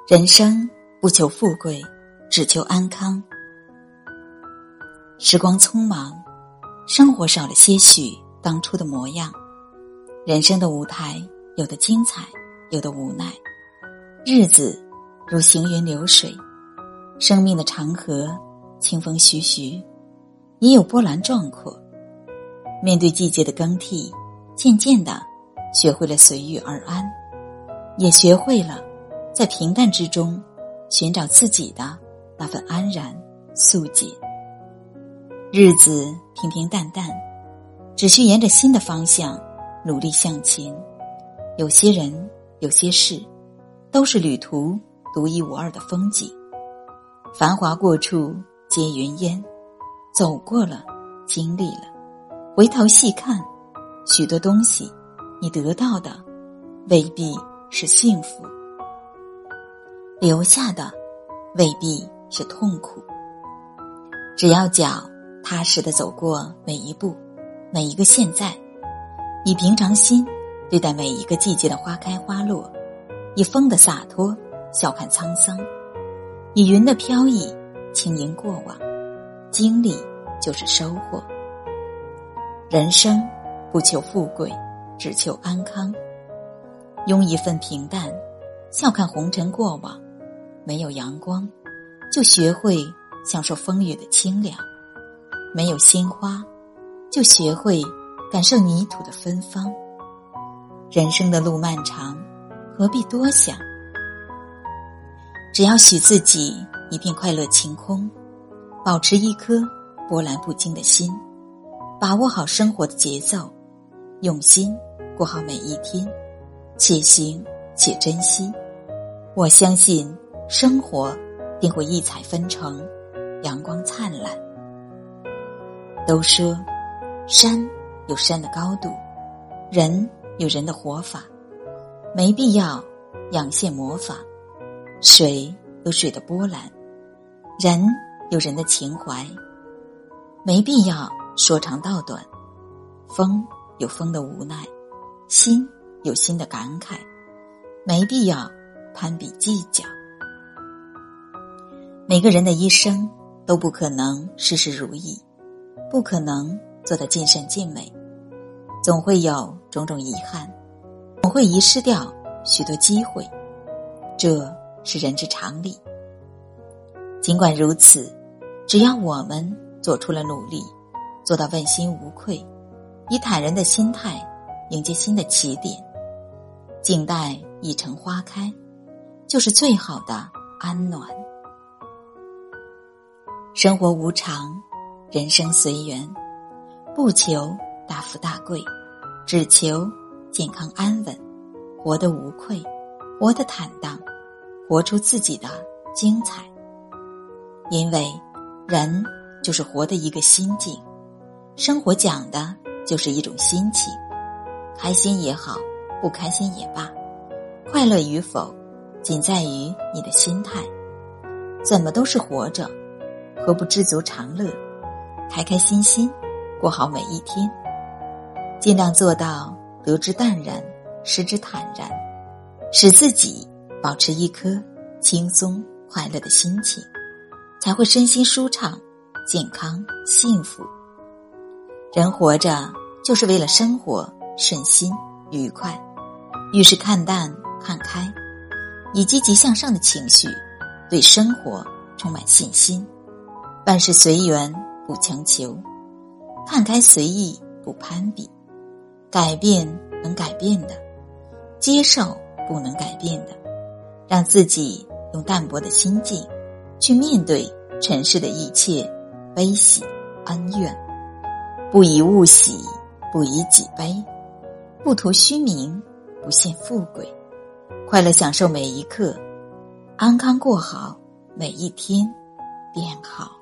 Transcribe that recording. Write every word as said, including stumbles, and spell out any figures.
人生不求富贵，只求安康。时光匆忙，生活少了些许当初的模样。人生的舞台，有的精彩，有的无奈。日子如行云流水，生命的长河清风徐徐，也有波澜壮阔。面对季节的更替，渐渐地学会了随遇而安，也学会了在平淡之中寻找自己的那份安然素洁。日子平平淡淡，只需沿着新的方向努力向前。有些人，有些事，都是旅途独一无二的风景。繁华过处皆云烟，走过了，经历了，回头细看，许多东西你得到的未必是幸福，留下的未必是痛苦。只要脚踏实地走过每一步，每一个现在，以平常心对待每一个季节的花开花落，以风的洒脱笑看沧桑，以云的飘逸轻盈过往。经历就是收获。人生不求富贵，只求安康。拥一份平淡，笑看红尘过往。没有阳光，就学会享受风雨的清凉；没有鲜花，就学会感受泥土的芬芳。人生的路漫长，何必多想？只要许自己一片快乐晴空，保持一颗波澜不惊的心，把握好生活的节奏，用心过好每一天，且行且珍惜。我相信生活定会异彩纷呈，阳光灿烂。都说山有山的高度，人有人的活法，没必要仰现魔法。水有水的波澜，人有人的情怀，没必要说长道短。风有风的无奈，心有心的感慨，没必要攀比计较。每个人的一生都不可能事事如意，不可能做到尽善尽美，总会有种种遗憾，总会遗失掉许多机会，这是人之常理。尽管如此，只要我们做出了努力，做到问心无愧，以坦然的心态迎接新的起点，静待一城花开，就是最好的安暖。生活无常，人生随缘，不求大富大贵，只求健康安稳，活得无愧，活得坦荡，活出自己的精彩。因为人就是活的一个心境，生活讲的就是一种心情，开心也好，不开心也罢，快乐与否仅在于你的心态。怎么都是活着，何不知足常乐，开开心心过好每一天，尽量做到得之淡然，失之坦然，使自己保持一颗轻松快乐的心情，才会身心舒畅，健康幸福。人活着就是为了生活顺心愉快，遇事看淡看开，以积极向上的情绪对生活充满信心。万事随缘不强求，看开随意不攀比，改变能改变的，接受不能改变的，让自己用淡泊的心境去面对尘世的一切悲喜恩怨。不以物喜，不以己悲，不图虚名，不羡富贵，快乐享受每一刻，安康过好每一天便好。